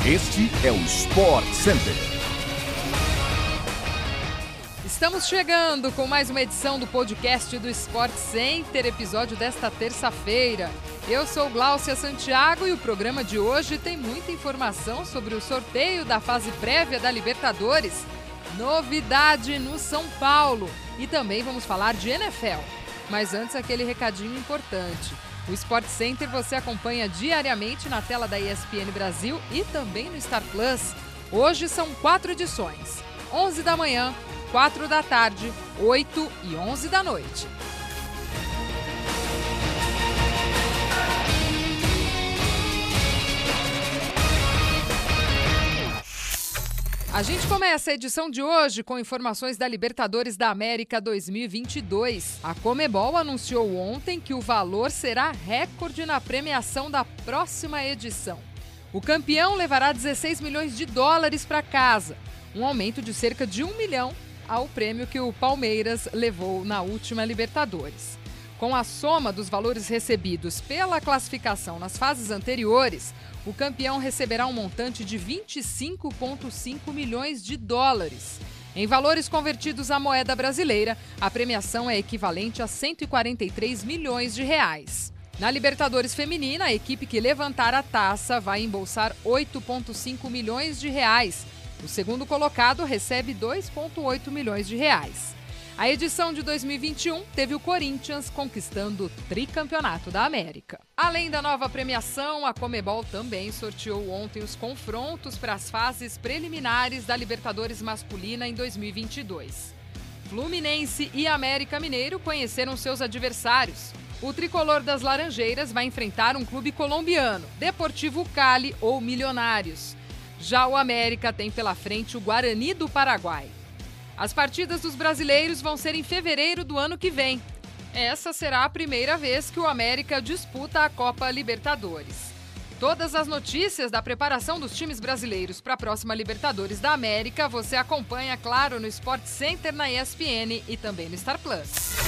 Este é o Sport Center. Estamos chegando com mais uma edição do podcast do Sport Center, episódio desta terça-feira. Eu sou Gláucia Santiago e o programa de hoje tem muita informação sobre o sorteio da fase prévia da Libertadores, novidade no São Paulo e também vamos falar de NFL. Mas antes, aquele recadinho importante. O Sport Center você acompanha diariamente na tela da ESPN Brasil e também no Star Plus. Hoje são 4 edições, 11 da manhã, 4 da tarde, 8 e 11 da noite. A gente começa a edição de hoje com informações da Libertadores da América 2022. A Conmebol anunciou ontem que o valor será recorde na premiação da próxima edição. O campeão levará 16 milhões de dólares para casa, um aumento de cerca de 1 milhão ao prêmio que o Palmeiras levou na última Libertadores. Com a soma dos valores recebidos pela classificação nas fases anteriores, o campeão receberá um montante de 25,5 milhões de dólares. Em valores convertidos à moeda brasileira, a premiação é equivalente a 143 milhões de reais. Na Libertadores Feminina, a equipe que levantar a taça vai embolsar 8,5 milhões de reais. O segundo colocado recebe 2,8 milhões de reais. A edição de 2021 teve o Corinthians conquistando o tricampeonato da América. Além da nova premiação, a Conmebol também sorteou ontem os confrontos para as fases preliminares da Libertadores masculina em 2022. Fluminense e América Mineiro conheceram seus adversários. O tricolor das Laranjeiras vai enfrentar um clube colombiano, Deportivo Cali ou Milionários. Já o América tem pela frente o Guarani do Paraguai. As partidas dos brasileiros vão ser em fevereiro do ano que vem. Essa será a primeira vez que o América disputa a Copa Libertadores. Todas as notícias da preparação dos times brasileiros para a próxima Libertadores da América você acompanha, claro, no Sport Center, na ESPN e também no Star Plus.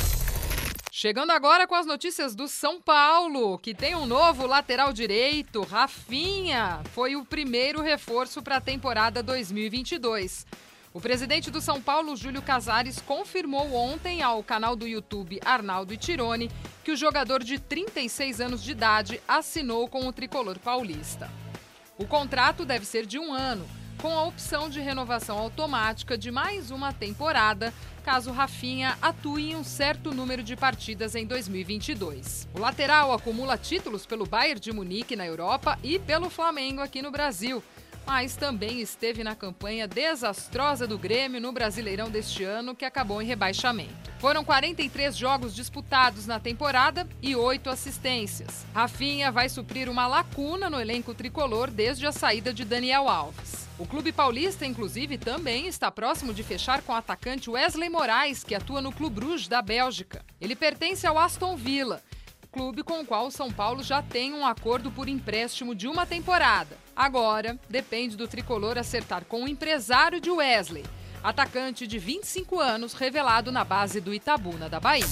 Chegando agora com as notícias do São Paulo, que tem um novo lateral direito, Rafinha. Foi o primeiro reforço para a temporada 2022. O presidente do São Paulo, Júlio Casares, confirmou ontem ao canal do YouTube Arnaldo e Tirone que o jogador de 36 anos de idade assinou com o tricolor paulista. O contrato deve ser de 1 ano, com a opção de renovação automática de mais uma temporada, caso Rafinha atue em um certo número de partidas em 2022. O lateral acumula títulos pelo Bayern de Munique na Europa e pelo Flamengo aqui no Brasil, mas também esteve na campanha desastrosa do Grêmio no Brasileirão deste ano, que acabou em rebaixamento. Foram 43 jogos disputados na temporada e 8 assistências. Rafinha vai suprir uma lacuna no elenco tricolor desde a saída de Daniel Alves. O clube paulista, inclusive, também está próximo de fechar com o atacante Wesley Moraes, que atua no Clube Brugge da Bélgica. Ele pertence ao Aston Villa, clube com o qual o São Paulo já tem um acordo por empréstimo de uma temporada. Agora, depende do tricolor acertar com o empresário de Wesley, atacante de 25 anos, revelado na base do Itabuna da Bahia.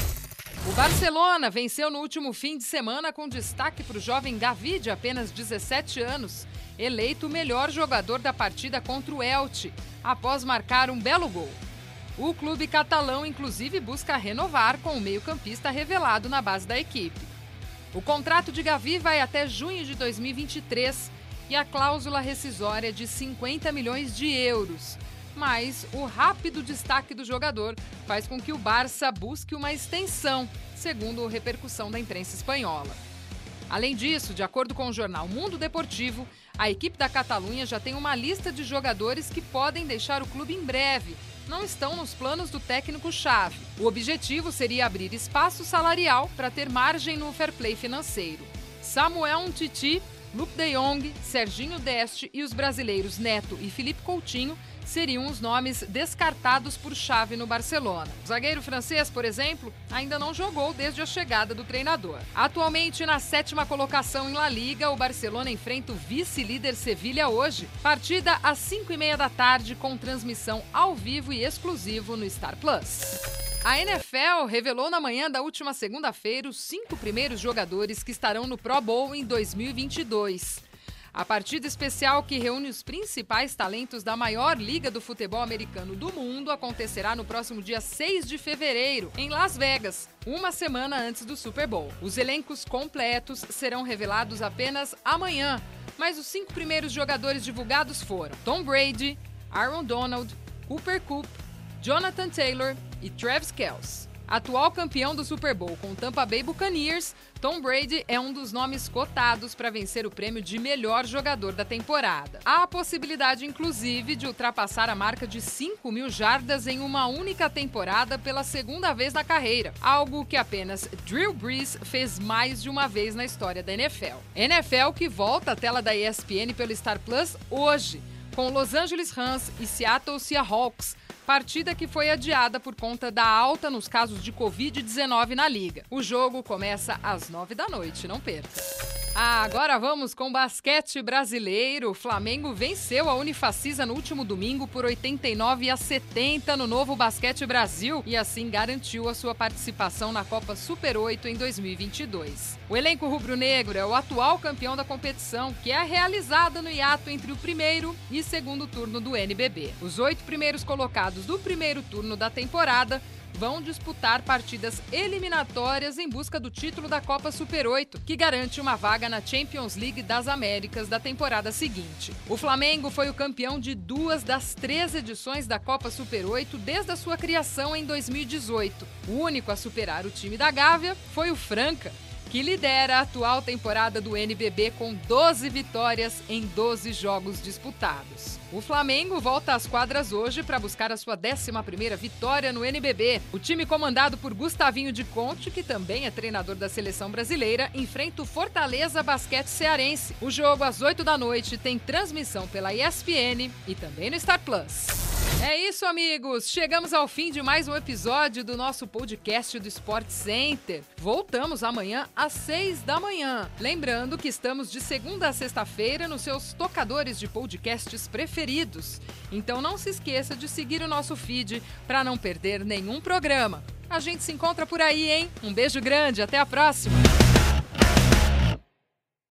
O Barcelona venceu no último fim de semana com destaque para o jovem Gavi, de apenas 17 anos, eleito o melhor jogador da partida contra o Elche, após marcar um belo gol. O clube catalão, inclusive, busca renovar com o meio-campista revelado na base da equipe. O contrato de Gavi vai até junho de 2023 e a cláusula rescisória de 50 milhões de euros. Mas o rápido destaque do jogador faz com que o Barça busque uma extensão, segundo a repercussão da imprensa espanhola. Além disso, de acordo com o jornal Mundo Deportivo, a equipe da Catalunha já tem uma lista de jogadores que podem deixar o clube em breve. Não estão nos planos do técnico-chave. O objetivo seria abrir espaço salarial para ter margem no fair play financeiro. Samuel Umtiti, Luuk de Jong, Serginho Deste e os brasileiros Neto e Felipe Coutinho seriam os nomes descartados por Xavi no Barcelona. O zagueiro francês, por exemplo, ainda não jogou desde a chegada do treinador. Atualmente, na 7ª colocação em La Liga, o Barcelona enfrenta o vice-líder Sevilha hoje. Partida às 5h30 da tarde, com transmissão ao vivo e exclusivo no Star Plus. A NFL revelou na manhã da última segunda-feira os 5 primeiros jogadores que estarão no Pro Bowl em 2022. A partida especial que reúne os principais talentos da maior liga do futebol americano do mundo acontecerá no próximo dia 6 de fevereiro, em Las Vegas, uma semana antes do Super Bowl. Os elencos completos serão revelados apenas amanhã, mas os 5 primeiros jogadores divulgados foram Tom Brady, Aaron Donald, Cooper Kupp, Jonathan Taylor e Travis Kelce. Atual campeão do Super Bowl com o Tampa Bay Buccaneers, Tom Brady é um dos nomes cotados para vencer o prêmio de melhor jogador da temporada. Há a possibilidade, inclusive, de ultrapassar a marca de 5.000 jardas em uma única temporada pela segunda vez na carreira, algo que apenas Drew Brees fez mais de uma vez na história da NFL. NFL que volta à tela da ESPN pelo Star Plus hoje, com Los Angeles Rams e Seattle Seahawks, partida que foi adiada por conta da alta nos casos de Covid-19 na liga. O jogo começa às 9h, não perca. Agora vamos com basquete brasileiro. O Flamengo venceu a Unifacisa no último domingo por 89-70 no Novo Basquete Brasil e assim garantiu a sua participação na Copa Super 8 em 2022. O elenco rubro-negro é o atual campeão da competição, que é realizada no hiato entre o primeiro e segundo turno do NBB. Os 8 primeiros colocados do primeiro turno da temporada vão disputar partidas eliminatórias em busca do título da Copa Super 8, que garante uma vaga na Champions League das Américas da temporada seguinte. O Flamengo foi o campeão de 2 das 3 edições da Copa Super 8 desde a sua criação em 2018. O único a superar o time da Gávea foi o Franca, que lidera a atual temporada do NBB com 12 vitórias em 12 jogos disputados. O Flamengo volta às quadras hoje para buscar a sua 11ª vitória no NBB. O time comandado por Gustavinho de Conte, que também é treinador da seleção brasileira, enfrenta o Fortaleza Basquete Cearense. O jogo às 20h tem transmissão pela ESPN e também no Star Plus. É isso, amigos! Chegamos ao fim de mais um episódio do nosso podcast do Sport Center. Voltamos amanhã às 6h. Lembrando que estamos de segunda a sexta-feira nos seus tocadores de podcasts preferidos. Então não se esqueça de seguir o nosso feed para não perder nenhum programa. A gente se encontra por aí, hein? Um beijo grande, até a próxima!